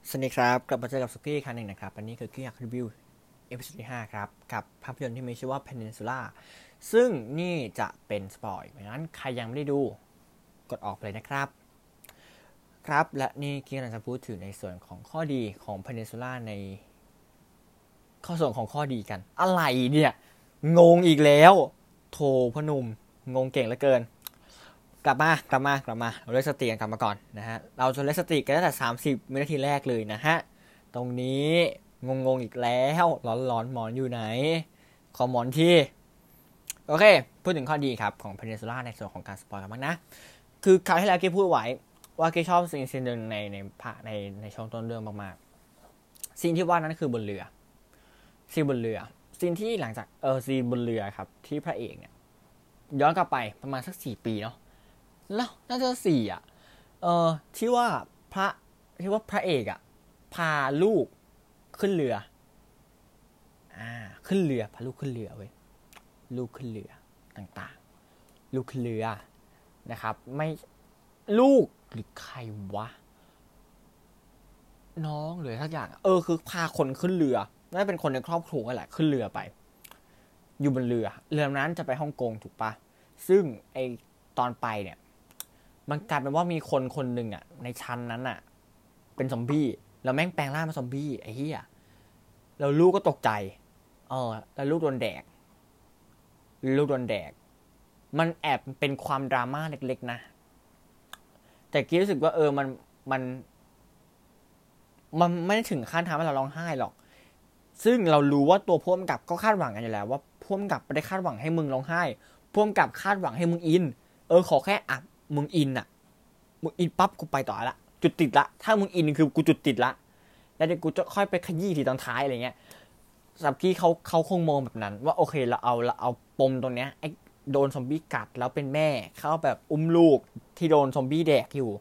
สวัสดีครับกลับมาเจอกับสุกี้อีกครั้งหนึ่งนะครับอันนี้คือกี้อยากรีวิวเอพิโซดที่5ครับกับภาพยนตร์ที่มีชื่อว่า Peninsula ซึ่งนี่จะเป็นสปอยล์เพราะฉะนั้นใครยังไม่ได้ดูกดออกไปเลยนะครับครับและนี่กี้กำลังจะพูดถึงในส่วนของข้อดีของ Peninsula ในส่วนของข้อดีกันอะไรเนี่ยงงอีกแล้วโธ่พ่อหนุ่มงงเก่งเหลือเกินกลับมาเราเรียกสติกันกลับมาก่อนนะฮะเราจะเรียกสติกันตั้งแต่30 วินาทีแรกเลยนะฮะตรงนี้งงอีกแล้วร้อนหมอนอยู่ไหนขอหมอนที่โอเคพูดถึงข้อดีครับของ Peninsula ในส่วนของการสปอยล์กันบ้างนะคือคราวที่แล้วเกพูดไว้ว่าเกชอบซีนหนึ่งในช่วงต้นเรื่องมากๆซีนที่ว่านั้นคือบนเรือซีนบนเรือซีนที่หลังจากซีนบนเรือครับที่พระเอกเนี่ยย้อนกลับไปประมาณสัก4 ปีเนาะแล้วน่าจะ4ที่ว่าพระเอกพาลูกขึ้นเรือขึ้นเรือพาลูกขึ้นเรือเว้ยลูกขึ้นเรือต่างๆลูกขึ้นเรือนะครับไม่ลูกหรือใครวะน้องหรือทักอย่างคือพาคนขึ้นเรือน่าจะเป็นคนในครอบครัวแหละขึ้นเรือไปอยู่บนเรือนั้นจะไปฮ่องกงถูกปะซึ่งไอตอนไปเนี่ยมันกลายเป็นว่ามีคนหนึ่งในชั้นนั้นเป็นซอมบี้แล้วแม่งแปลงร่างเป็นซอมบี้ไอ้เหี้ยแล้วลูกก็ตกใจแล้วลูกโดนแดกมันแอบเป็นความดราม่าเล็กๆนะแต่กี้รู้สึกว่ามันไม่ได้ถึงขั้นทำให้เราร้องไห้หรอกซึ่งเรารู้ว่าตัวพ่วงกับก็คาดหวังกันอยู่แล้วว่าพ่วงกับไม่ได้คาดหวังให้มึงร้องไห้พ่วงกับคาดหวังให้มึงอินขอแค่มึงอินมึงอินปั๊บกูไปต่อละจุดติดละถ้ามึงอินคือกูจุดติดละแล้วเดี๋ยวกูจะค่อยไปขยี้ทีตอนท้ายอะไรเงี้ยสับกี้เขาคงมองแบบนั้นว่าโอเคเราเอาปมตรงเนี้ยไอ้โดนซอมบี้กัดแล้วเป็นแม่เขาแบบอุ้มลูกที่โดนซอมบี้แดกอยู่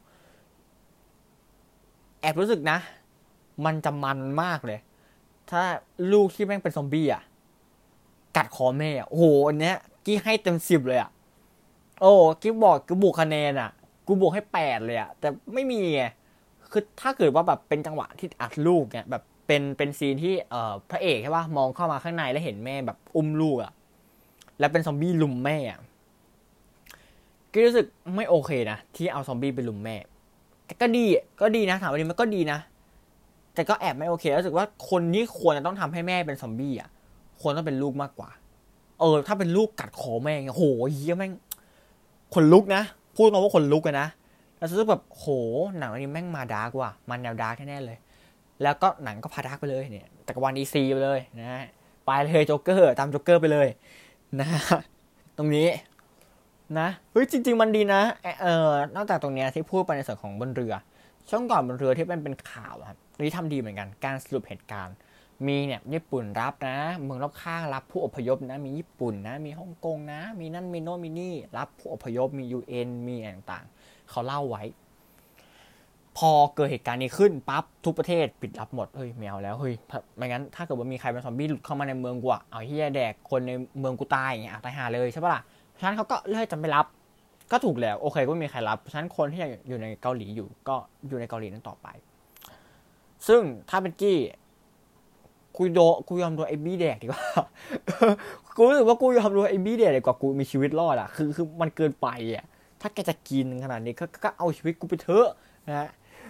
แอบรู้สึกนะมันจะมันมากเลยถ้าลูกที่แม่งเป็นซอมบี้กัดคอแม่โอ้โหอันเนี้ยกี้ให้เต็ม10เลยกี้บอกกูบวกคะแนนกูบวกให้8เลยแต่ไม่มีไงคือถ้าเกิดว่าแบบเป็นจังหวะที่อัดลูกเนี่ยแบบเป็นซีนที่พระเอกใช่ป่ะมองเข้ามาข้างในแล้วเห็นแม่แบบอุ้มลูกแล้วเป็นซอมบี้ลุมแม่ก็รู้สึกไม่โอเคนะที่เอาซอมบี้ไปลุมแม่ก็ดีนะถามว่าดีมันก็ดีนะแต่ก็แอบไม่โอเครู้สึกว่าคนที่ควรจะต้องทำให้แม่เป็นซอมบี้ควรต้องเป็นลูกมากกว่าถ้าเป็นลูกกัดคอแม่งโหเหี้ยแม่งขนลุกนะพูดมาว่าขนลุกนะแล้วรู้สึกแบบโหหนังนี้แม่งมาดาร์กว่ะมันแนวดาร์กแน่เลยแล้วก็หนังก็พาดาร์กไปเลยเนี่ยจักรวาลดีซีไปเลยนะไปเลยโจ๊กเกอร์ตามโจ๊กเกอร์ไปเลยนะตรงนี้นะเฮ้ยจริงๆมันดีนะนอกจากตรงนี้ที่พูดไปในส่วนของบนเรือช่วงก่อนบนเรือที่เป็นข่าวครับนี่ทำดีเหมือนกันการสรุปเหตุการณ์มีเนี่ยญี่ปุ่นรับนะเมืองรอบข้างรับผู้อพยพนะมีญี่ปุ่นนะมีฮ่องกงนะมีนั่นมีโน่นมีนี่รับผู้อพยพมี UN มีต่างๆเขาเล่าไว้พอเกิดเหตุการณ์นี้ขึ้นปั๊บทุกประเทศปิดรับหมดเฮ้ยไม่เอาแล้วเฮ้ยไม่งั้นถ้าเกิดว่ามีใครเป็นซอมบี้หลุดเข้ามาในเมืองกูเอาเฮียแดกคนในเมืองกูตายอย่างเงี้ยตายหาเลยใช่ปะล่ะฉะนั้นเขาก็เลือกจะไม่รับก็ถูกแล้วโอเคก็ไม่มีใครรับฉะนั้นคนที่อยู่ในเกาหลีอยู่ก็อยู่ในเกาหลีนั้นต่อไปซึ่งถ้าเป็นกี้กูยอมโดนไอ้บี้แดกดีกว่ากูรู้สึกว่ากูยอมโดนไอ้บี้แดกดีกว่ากูมีชีวิตรอดคือมันเกินไปถ้าแกจะกินขนาดนี้ก็เอาชีวิตกูไปเถอะนะ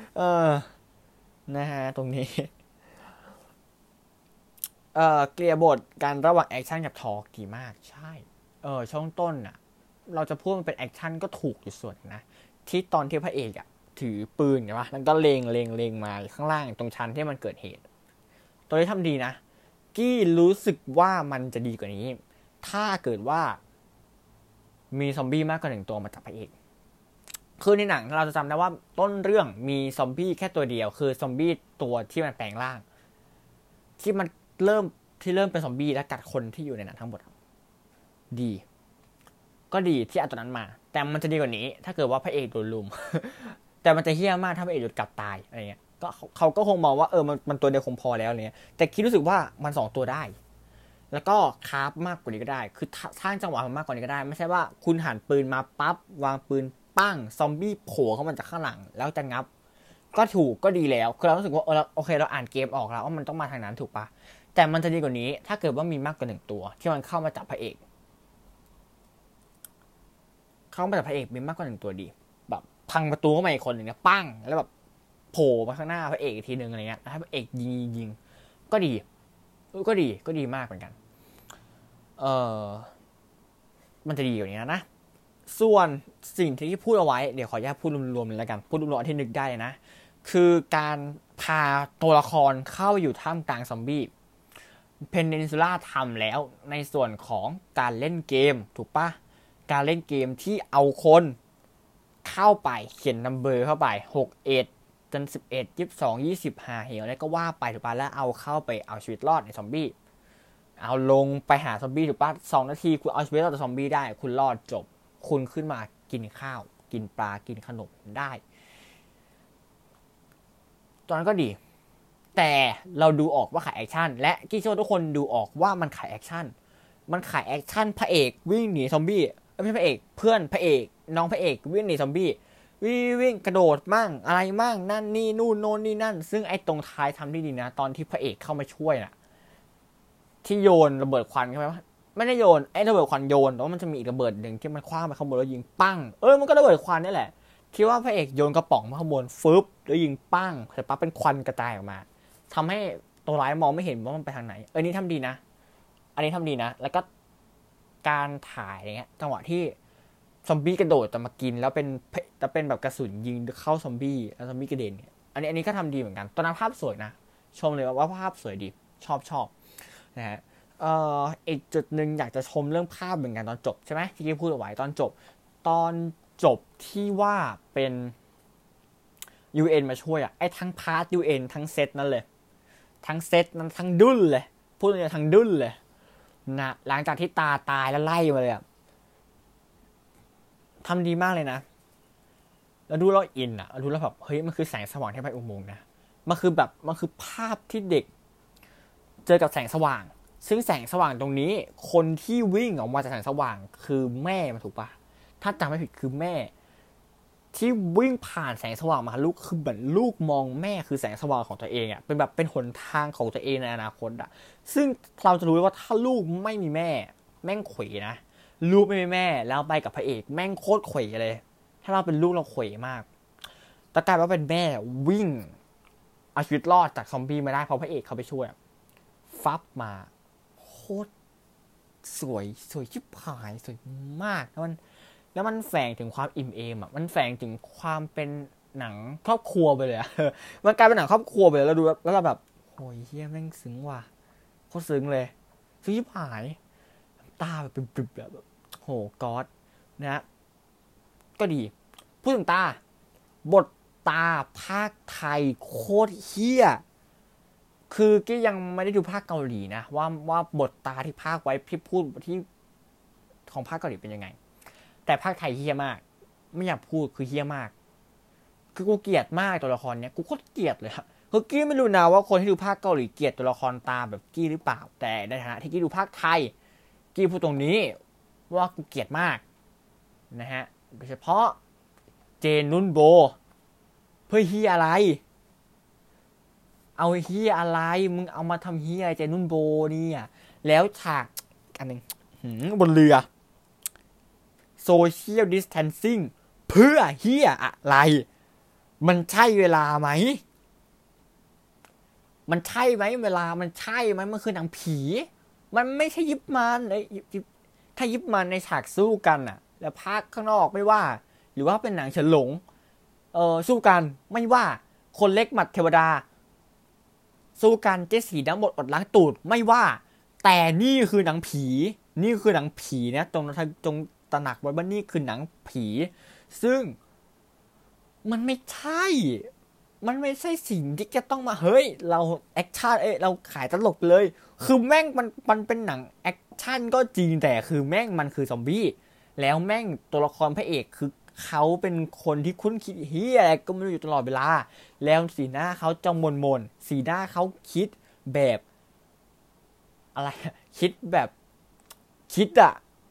นะฮะตรงนี้เกลียบทการระหว่างแอคชั่นกับทอล์กดีมากใช่ช่วงต้นเราจะพูดมันเป็นแอคชั่นก็ถูกอยู่ส่วนนะที่ตอนที่พระเอกถือปืนใช่ปะแล้วก็เลงมาข้างล่างตรงชั้นที่มันเกิดเหตุตัวนี้ทำดีนะกี้รู้สึกว่ามันจะดีกว่านี้ถ้าเกิดว่ามีซอมบี้มากกว่า1 ตัวมาจับพระเอกคือในหนังเราจะจำได้ว่าต้นเรื่องมีซอมบี้แค่ตัวเดียวคือซอมบี้ตัวที่มันแปลงร่างที่มันเริ่มเป็นซอมบี้และกัดคนที่อยู่ในนั้นทั้งหมดดีก็ดีที่เอาตัวนั้นมาแต่มันจะดีกว่านี้ถ้าเกิดว่าพระเอกโดนลุม แต่มันจะเหี้ยมากถ้าพระเอกโดนกัดตายอะไรเงี้ยก็เขาก็คงมองว่ามันตัวเดียวคงพอแล้วอะไรเงี้ยแต่คิดรู้สึกว่ามัน2 ตัวได้แล้วก็คราฟมากกว่านี้ก็ได้คือสร้างจังหวะมันมากกว่านี้ก็ได้ไม่ใช่ว่าคุณหันปืนมาปั๊บวางปืนปั้งซอมบี้โผล่เข้ามาจากข้างหลังแล้วจะงับก็ถูกก็ดีแล้วคือเรารู้สึกว่าเราโอเคเราอ่านเกมออกแล้วว่ามันต้องมาทางนั้นถูกปะแต่มันจะดีกว่านี้ถ้าเกิดว่ามีมากกว่า1ตัวที่มันเข้ามาจับพระเอกมีมากกว่า1ตัวดีแบบพังประตูเข้ามาอีกคนหนึ่งเนี่ยปั้งแล้วแบบโผล่มาข้างหน้าพระเอกอีกทีนึงอะไรเงี้ยให้พระเอกยิงก็ดีมากเหมือนกันมันจะดีกว่านี้นะส่วนสิ่งที่พูดเอาไว้เดี๋ยวขออนุญาตพูดรวมๆเลยแล้วกันพูดรวมๆที่นึกได้นะคือการพาตัวละครเข้าอยู่ท่ามกลางซอมบี้เพนนินซูล่าทำแล้วในส่วนของการเล่นเกมถูกปะการเล่นเกมที่เอาคนเข้าไปเขียนนัมเบอร์เข้าไป6 จน11 22 20เหวอะไรก็ว่าไปถูกปะแล้วเอาเข้าไปเอาชีวิตรอดในซอมบี้เอาลงไปหาซอมบี้ถูกปะ2 นาทีคุณเอาชีวิตรอดจากซอมบี้ได้คุณรอดจบคุณขึ้นมากินข้าวกินปลากินขนมได้ตอนนั้นก็ดีแต่เราดูออกว่าขายแอคชั่นและกิ๊กเชื่อทุกคนดูออกว่ามันขายแอคชั่นพระเอกวิ่งหนีซอมบี้ไม่ใช่พระเอกเพื่อนพระเอกน้องพระเอกวิ่งหนีซอมบี้วิ่งกระโดดมั่งอะไรมั่งนั่นนี่นู่นโน่นนี่นั่นซึ่งไอ้ตรงท้ายทำได้ดีนะตอนที่พระเอกเข้ามาช่วยน่ะที่โยนระเบิดควันใช่ไหมไม่ได้โยนไอ้ระเบิดควันโยนแต่ว่ามันจะมีอีกระเบิดหนึ่งที่มันคว้างไปข้างบนแล้วยิงปั้งมันก็ระเบิดควันนี่แหละที่ว่าพระเอกโยนกระป๋องมาข้างบนฟึบแล้วยิงปั้งเสร็จปั๊บเป็นควันกระจายออกมาทำให้ตัวร้ายมองไม่เห็นว่ามันไปทางไหนนี่ทำดีนะอันนี้ทำดีนะแล้วก็การถ่ายอย่างเงี้ยจังหวะที่ซอมบี้กระโดดจะมากินแล้วเป็นแบบกระสุนยิงเข้าซอมบี้แล้วซอมบี้กระเด็นเนี่ยอันนี้ก็ทำดีเหมือนกันตอนนั้นภาพสวยนะชมเลยว่าภาพสวยดีชอบนะฮะอีกจุดหนึ่งอยากจะชมเรื่องภาพเหมือนกันตอนจบใช่ไหมที่พูดเอาไว้ตอนจบที่ว่าเป็น UN มาช่วยไอ้ทั้งพาร์ท UN ทั้งเซตนั่นเลยทั้งเซตนั้นทั้งดุ้นเลยพูดเลยทั้งดุ้นเลยนะหลังจากที่ตาตายแล้วไล่มาเลยทำดีมากเลยนะแล้วดูแล้วอินดูแล้วแบบเฮ้ยมันคือแสงสว่างที่ไปอุโมงค์นะมันคือภาพที่เด็กเจอกับแสงสว่างซึ่งแสงสว่างตรงนี้คนที่วิ่งออกมาจากแสงสว่างคือแม่มันถูกปะถ้าจำไม่ผิดคือแม่ที่วิ่งผ่านแสงสว่างมาลูกคือเหมือนลูกมองแม่คือแสงสว่างของตัวเองเป็นแบบเป็นหนทางของตัวเองในอนาคตซึ่งเราจะรู้ว่าถ้าลูกไม่มีแม่แม่งเขวนะลูกไม่มีแม่แล้วไปกับพระเอกแม่งโคตรเขวเลยถ้าเราเป็นลูกเราเขวมากแต่กลายว่าเป็นแม่วิ่งเอาชีวิตรอดจากซอมบี้มาได้เพราะพระเอกเขาไปช่วยฟับมาโคตรสวยชิบหายสวยมากแล้วมันแฝงถึงความอิ่มเอมมันแฝงถึงความเป็นหนังครอบครัวไปเลยมันกลายเป็นหนังครอบครัวไปเลยเราดูแล้วเราแบบโหยเฮียแม่งซึ้งว่ะโคตรซึ้งเลยซึ้งชิบหายตาแบบปริบๆแบบโหก๊อดนะก็ดีพูดถึงตาบทตาภาคไทยโคตรเฮี้ยคือก็ยังไม่ได้ดูภาคเกาหลีนะว่าบทตาที่ภาคไว้พี่พูดที่ของภาคเกาหลีเป็นยังไงแต่ภาคไทยเฮี้ยมากไม่อยากพูดคือเฮี้ยมากคือกูเกลียดมากตัวละครเนี้ยกูโคตรเกลียดเลยคือกี้ไม่รู้นะว่าคนที่ดูภาคเกาหลีเกลียดตัวละครตาแบบกี้หรือเปล่าแต่ในฐานะที่กี้ดูภาคไทยกี้พูดตรงนี้ว่ากูเกลียดมากนะฮะโดยเฉพาะเจนนุ่นโบเพื่อเฮียอะไรเอาเฮียอะไรมึงเอามาทำเฮียเจนนุ่นโบเนี่ยแล้วฉากอันนึงบนเรือโซเชียลดิสแทนซิ่งเพื่อเฮียอะไรมันใช่เวลาไหมมันใช่ไหมเวลามันใช่ไหมมันคือหนังผีมันไม่ใช่ยิบมันถ้ายิบมันในฉากสู้กันแล้วภาคข้างนอกไม่ว่าหรือว่าเป็นหนังเฉินหลงสู้กันไม่ว่าคนเล็กหมัดเทวดาสู้กันเจสีน้ำหมดอดล้างตูดไม่ว่าแต่นี่คือหนังผีนะตรงตระหนักไว้ว่านี่คือหนังผีซึ่งมันไม่ใช่สิ่งที่จะต้องมาเฮ้ยเราแอคชั่นเราขายตลกเลยคือแม่งมันเป็นหนังแอคชั่นก็จริงแต่คือแม่งมันคือซอมบี้แล้วแม่งตัวละครพระเอกคือเขาเป็นคนที่คุ้นคิดเฮียอะไรก็ไม่รู้อยู่ตลอดเวลาแล้วสีหน้าเขาจะมนสีหน้าเขาคิดแบบอะไรคิด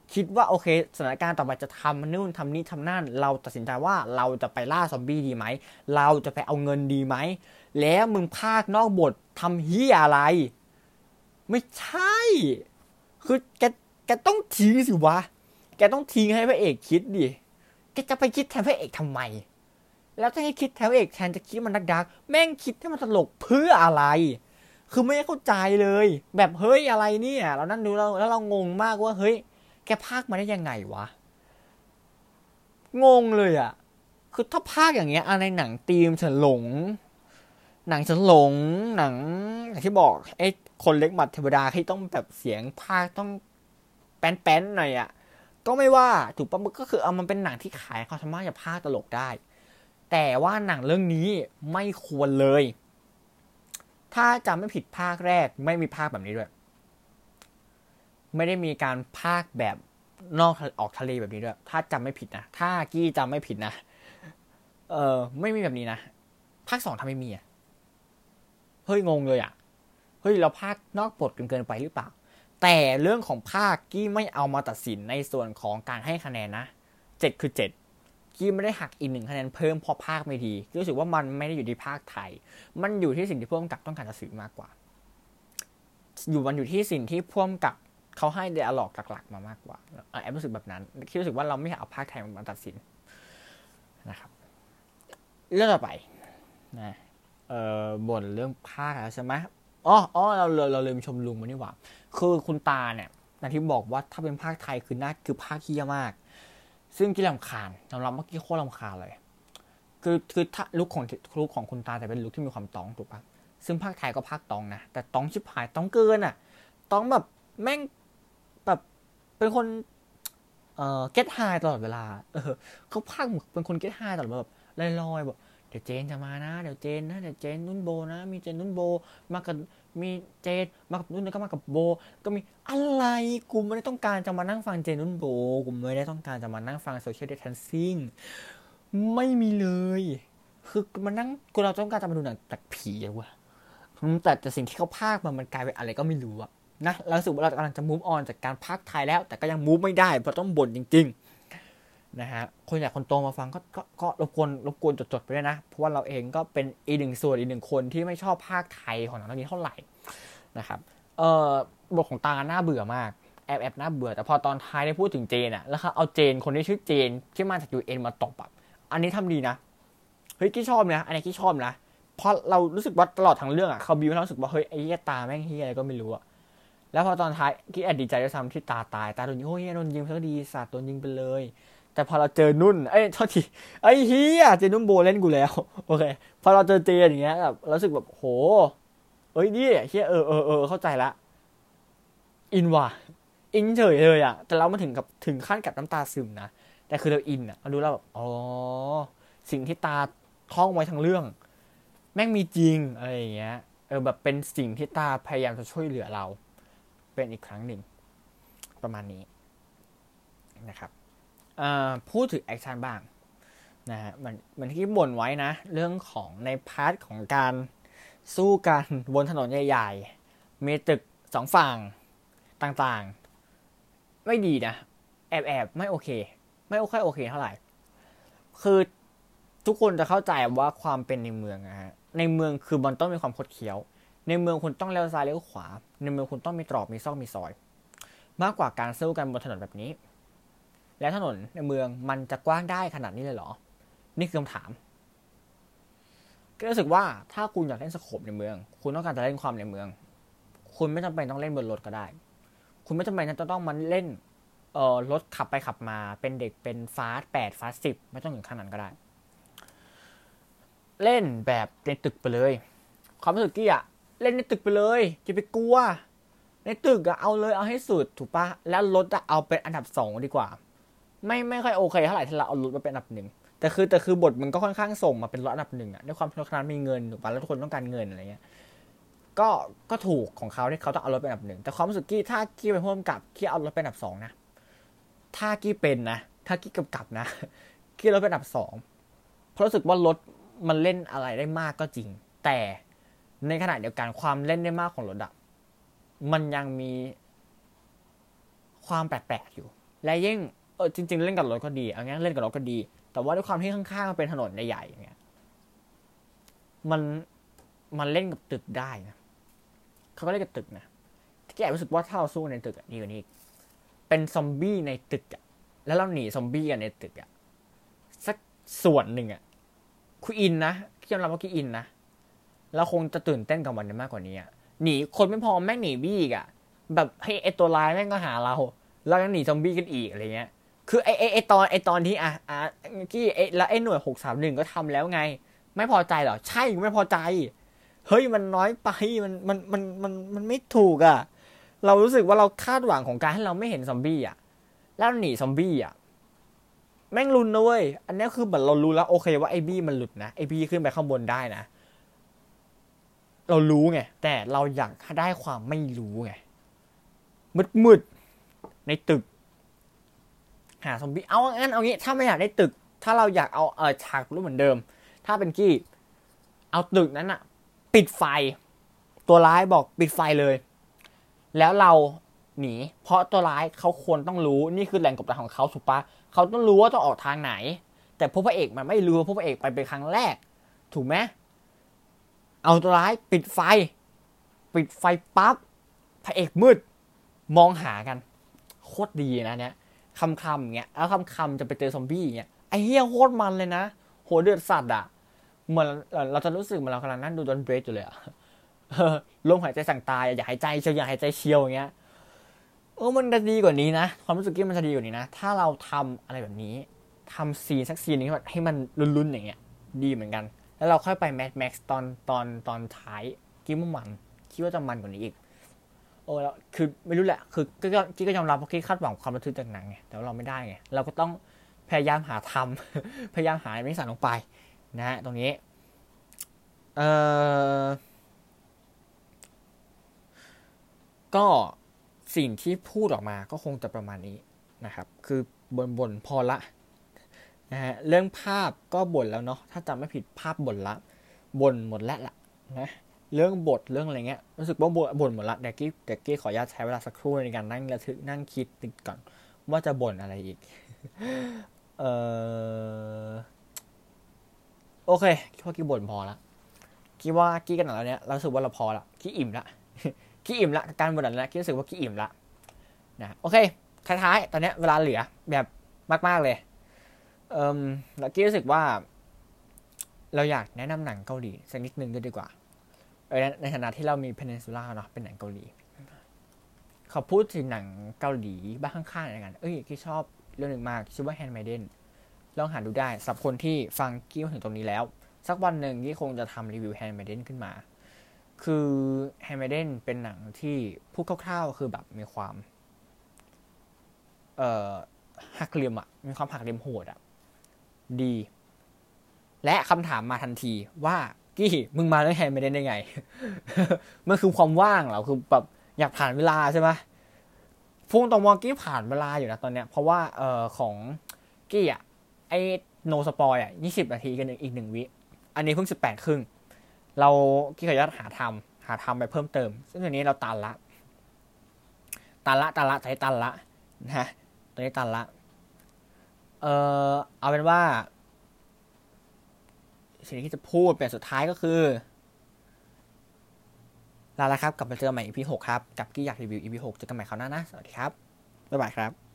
คิดว่าโอเคสถานการณ์ต่อไปจะทำนู่นทำนี่ทำนั่นเราตัดสินใจว่าเราจะไปล่าซอมบี้ดีไหมเราจะไปเอาเงินดีไหมแล้วมึงพากนอกบททำเหี้ยอะไรไม่ใช่คือแกต้องทิ้งสิวะแกต้องทิ้งให้พระเอกคิดดิแกจะไปคิดแทนพระเอกทำไมแล้วถ้าให้คิดแทนพระเอกแทนจะคิดมันดักแม่งคิดให้มันตลกเพื่ออะไรคือไม่เข้าใจเลยแบบเฮ้ยอะไรเนี่ยเรานั่นดูแล้วเรางงมากว่าเฮ้ยแกพากมาได้ยังไงวะงงเลยอ่ะคือถ้าพากอย่างเงี้ยอะไรหนังตีมฉันหลงหนังหนังอย่างที่บอกไอ้คนเล็กหมัดเทวดาที่ต้องแบบเสียงพากต้องแป้นๆหน่อยอ่ะก็ไม่ว่าถูกปะมันก็คือมันเป็นหนังที่ขายความสามารถจะพากตลกได้แต่ว่าหนังเรื่องนี้ไม่ควรเลยถ้าจำไม่ผิดภาคแรกไม่มีภาคแบบนี้ด้วยไม่ได้มีการพากแบบนอกออกทะเลแบบนี้ด้วยถ้าจำไม่ผิดนะถ้ากี้จำไม่ผิดนะไม่มีแบบนี้นะภาค 2ทำไม่มีอ่ะเฮ้ยงงเลยอ่ะเฮ้ยเราพากนอกบทเกินไปหรือเปล่าแต่เรื่องของภาคกี้ไม่เอามาตัดสินในส่วนของการให้คะแนนนะ7คือ7กี้ไม่ได้หักอีก1คะแนนเพิ่มเพราะภาคไม่ดีรู้สึกว่ามันไม่ได้อยู่ที่ภาคไทยมันอยู่ที่สิ่งที่ผู้กำกับต้องการจะสื่อมากกว่ามันอยู่ที่สิ่งที่ผู้กำกับเขาให้ไดอะล็อกหลักๆมามากกว่าแอบรู้สึกแบบนั้นคิดรู้สึกว่าเราไม่อยากเอาภาคไทยมาตัดสินนะครับเรื่องต่อไปนะบ่นเรื่องภาคแล้วใช่ไหมเราลืมชมลุงมานี่หว่าคือคุณตาเนี่ยอย่างที่บอกว่าถ้าเป็นภาคไทยคือภาคเฮี้ยมากซึ่งกี้รำคาญยอมรับว่ากี้โคตรรำคาญเลยคือถ้าลุคของคุณตาแต่เป็นลุคที่มีความต้องถูกปะซึ่งภาคไทยก็ภาคต้องนะแต่ต้องชิบหายต้องเกินอ่ะต้องแบบแม่งแบบเป็นคนเก็ตไฮตลอดเวลาเขาภาคเป็นคนเก็ตไฮตลอดแบบลอยๆแบบเดี๋ยวเจนจะมานะเดี๋ยวเจนนุ่นโบนะมีเจนนุ่นโบมากับมีเจนมากับนุ่นแล้วก็มากับโบก็มีอะไรกูไม่ได้ต้องการจะมานั่งฟังเจนนุ่นโบกูไม่ได้ต้องการจะมานั่งฟังโซเชียลดิสแทนซิ่งไม่มีเลยคือมานั่งกูเราต้องการจะมาดูหนังจากผีอะวะแต่สิ่งที่เขาพากมันกลายเป็นอะไรก็ไม่รู้อะนะเราสึกว่าเรากำลังจะ move on จากการพากไทยแล้วแต่ก็ยัง move ไม่ได้เพราะต้องบ่นจริงๆนะฮะคนอยากคนโตมาฟังก็รบกวนจดไปด้วยนะเพราะว่าเราเองก็เป็นอีกหนึ่งคนที่ไม่ชอบภาคไทยของหนังเรื่องนี้เท่าไหร่นะครับบทของตาน่าเบื่อมากแอบน่าเบื่อแต่พอตอนท้ายได้พูดถึงเจนอะแล้วเขาเอาเจนคนที่ชื่อเจนที่มาจาก UN มาตบอะอันนี้ทำดีนะเฮ้ยกี้ชอบนะอันนี้กี้ชอบนะเพราะเรารู้สึกว่าตลอดทั้งเรื่องอะเขาบิวให้เรารู้สึกว่าเฮ้ยไอ้เหี้ยตาแม่งเหี้ยอะไรก็ไม่รู้อะแล้วพอตอนท้ายกี้แอบดีใจด้วยซ้ำที่ตาตายตาโดนยิงโอ้ยโดนยิงเพื่อดีสัตว์โดนยิงไปเลยแต่พอเราเจอนุ่นโทษทีไอ้เฮียเจนุ่นโบเล่นกูแล้วโอเคพอเราเจอเจนอย่างเงี้ยแบบรู้สึกแบบโหนี่เฮียเข้าใจละอินว่ะอินเฉยเลยอ่ะแต่เรามาถึงขั้นกับน้ำตาซึมนะแต่คือเราอินอ่ะเราดูแล้วแบบสิ่งที่ตาท่องไว้ทั้งเรื่องแม่งมีจริงอะไรอย่างเงี้ยแบบเป็นสิ่งที่ตาพยายามจะช่วยเหลือเราเป็นอีกครั้งหนึ่งประมาณนี้นะครับพูดถึงแอคชั่นบ้างนะฮะมันที่บ่นไว้นะเรื่องของในพาร์ทของการสู้กันบนถนนใหญ่ๆมีตึกสองฝั่งต่างๆไม่ดีนะแอบไม่โอเคไม่ค่อยโอเคเท่าไหร่คือทุกคนจะเข้าใจว่าความเป็นในเมืองนะฮะในเมืองคือมันต้องมีความคดเคี้ยวในเมืองคุณต้องเลี้ยวซ้ายเลี้ยวขวาในเมืองคุณต้องมีตรอกมีซอกมีซอยมากกว่าการสู้กันบนถนนแบบนี้และถนนในเมืองมันจะกว้างได้ขนาดนี้เลยเหรอนี่คือคำถามก็รู้สึกว่าถ้าคุณอยากเล่นสโคปในเมืองคุณต้องการจะเล่นความในเมืองคุณไม่จำเป็นต้องเล่นบนรถก็ได้คุณไม่จำเป็นจะต้องมาเล่นรถขับไปขับมาเป็นเด็กเป็นฟาสต์8ฟาสต์10ไม่ต้องถึงขนาดนั้นก็ได้เล่นแบบในตึกไปเลยความรู้สึกกี้อะเล่นในตึกไปเลยอย่าไปกลัวในตึกอะเอาเลยเอาให้สุดถูกปะแล้วรถอะเอาเป็นอันดับ2ดีกว่าไม่ค่อยโอเคเท่าไหร่ที่เราเอารถมาเป็นอันดับ1แต่คือบทมันก็ค่อนข้างส่งมาเป็นรถอันดับ1อะด้วยความที่คณะมีเงินถูกปะแล้วทุกคนต้องการเงินอะไรเงี้ยก็ถูกของเขาที่เขาต้องเอารถเป็นอันดับ1แต่ความรู้สึกกี้ถ้ากี้เป็นผู้กำกับกี้เอารถเป็นอันดับ2นะถ้ากี้เป็นนะถ้ากี้กำกับนะกี้รถเป็นอันดับ2เพราะรู้สึกว่ารถมันเล่นอะไรได้มากก็จริงแต่ในขณะเดียวกันความเล่นได้มากของรถอะมันยังมีความแปลกๆอยู่และยิ่งจริงๆเล่นกับรถก็ดีเอางี้เล่นกับรถก็ดีแต่ว่าด้วยความที่ข้างๆมันเป็นถนนใหญ่ๆอย่างเงี้ยมันเล่นกับตึกได้นะเขาก็เล่นกับตึกนะที่แอบรู้สึกว่าถ้าเราสู้ในตึกดีกว่านี้เป็นซอมบี้ในตึกแล้วเราหนีซอมบี้กันในตึกสักส่วนหนึ่งคุอินนะที่ยอมรับว่าคุอินนะเราคงจะตื่นเต้นกับมันมากกว่านี้หนีคนไม่พอแม่งหนีบี้อีกแบบให้ไอตัวร้ายแม่งก็หาเราแล้วยังหนีซอมบี้กันอีกอะไรเงี้ยคือไอตอนที่ที่แล้วไอหน่วย631ก็ทำแล้วไงไม่พอใจเหรอใช่ไม่พอใจเฮ้ยมันน้อยไปมันไม่ถูกเรารู้สึกว่าเราคาดหวังของการให้เราไม่เห็นซอมบี้แล้วหนีซอมบี้แม่งรุนนะเว้ยอันนี้คือเหมือนเรารู้แล้วโอเคว่าไอ้บี้มันหลุดนะไอ้บี้ขึ้นไปข้างบนได้นะเรารู้ไงแต่เราอยากได้ความไม่รู้ไงมืดในตึกหาซอมบี้เอางั้นเอางี้ถ้าไม่อยากได้ตึกถ้าเราอยากเอาฉากรู้เหมือนเดิมถ้าเป็นกี้เอาตึกนั้นปิดไฟตัวร้ายบอกปิดไฟเลยแล้วเราหนีเพราะตัวร้ายเขาควรต้องรู้นี่คือแหล่งกบดานของเขาถูกปะเขาต้องรู้ว่าต้องออกทางไหนแต่พระเอกมันไม่รู้พระเอกไปเป็นครั้งแรกถูกไหมเอาตัวร้ายปิดไฟปั๊บพระเอกมืดมองหากันโคตรดีนะเนี่ยคำอย่างเงี้ยแล้วคำจะไปเจอซอมบี้อย่างเงี้ยไอ้เหี้ยโคตรมันเลยนะโหเดือดสัตว์เหมือนเราจะรู้สึกเหมือนเรากำลังนั่งดูดอนเบรดอยู่เลยลมหายใจสั่งตายอย่าหายใจเชียวอย่าหายใจเชียวอย่างเงี้ยมันจะดีกว่านี้นะความรู้สึกที่มันจะดีกว่านี้นะถ้าเราทำอะไรแบบนี้ทำซีนสักซีนนึงให้มันลุ้นๆอย่างเงี้ยดีเหมือนกันแล้วเราค่อยไปแมทแม็กซ์ตอนท้ายคิดว่ามันคิดว่าจะมันกว่านี้อีกแล้วคือไม่รู้แหละคือก็ยอมรับเพราะคาดหวังความระทึกจากหนังไงแต่ว่าเราไม่ได้ไงเราก็ต้องพยายามหาทำ พยายามหาอะไรไม่ใส่ลงไปนะฮะตรงนี้ก็สิ่งที่พูดออกมาก็คงจะประมาณนี้นะครับคือบ่นพอละนะฮะเรื่องภาพก็บ่นแล้วเนาะถ้าจำไม่ผิดภาพบ่นละบ่นหมดแล้วล่ะนะเรื่องบทเรื่องอะไรเงี้ยรู้สึกว่าบ่นหมดละเด็กกี้ขออนุญาตใช้เวลาสักครู่ในการนั่งระทึกนั่งคิดติดก่อนว่าจะบ่นอะไรอีกโอเคคิดว่ากี้บ่นพอละคิดว่ากี้กันหนังแล้วเนี้ยเราสึกว่าเราพอละกี้อิ่มละกี้อิ่มละการบ่นแล้วกี้รู้สึกว่ากี้อิ่มละนะโอเคท้ายๆตอนนี้เวลาเหลือแบบมากๆเลยแล้วกี้รู้สึกว่าเราอยากแนะนำหนังเกาหลีสักนิดนึงด้วยดีกว่าในฐานะที่เรามี Peninsula เนาะเป็นหนังเกาหลีเขาพูดถึงหนังเกาหลีบ้างข้างๆอะไรกันกี้ชอบเรื่องหนึ่งมากชื่อว่า Handmaiden ลองหาดูได้สำหรับคนที่ฟังกี้มาถึงตรงนี้แล้วสักวันหนึ่งกี้คงจะทำรีวิว Handmaiden ขึ้นมาคือ Handmaiden เป็นหนังที่พูดคร่าวๆคือแบบมีความหักเหลี่ยมมีความหักเหลี่ยมโหดดีและคำถามมาทันทีว่ากี้มึงมาเรื่องแฮนด์เมดได้ไง มันคือความว่างเหรอคือแบบอยากผ่านเวลาใช่ไหมพุ่งตรงมองกี้ผ่านเวลาอยู่นะตอนเนี้ยเพราะว่าของกี้ไอ้โนสปอย20 นาทีกันอีก1 วิอันนี้เพิ่ง18 ครึ่งเรากี้ขออนุญาตหาทำไปเพิ่มเติมซึ่งอันนี้เราตันละใช้ตันละนะตอนนี้ตันละเอาเป็นว่าสิ่งที่จะพูดเป็นสุดท้ายก็คือลาละครับกลับมาเจอใหม่ EP 6 ครับกับกี้อยากรีวิว EP 6เจอกันใหม่คราวหน้านะสวัสดีครับบ๊ายบายครับ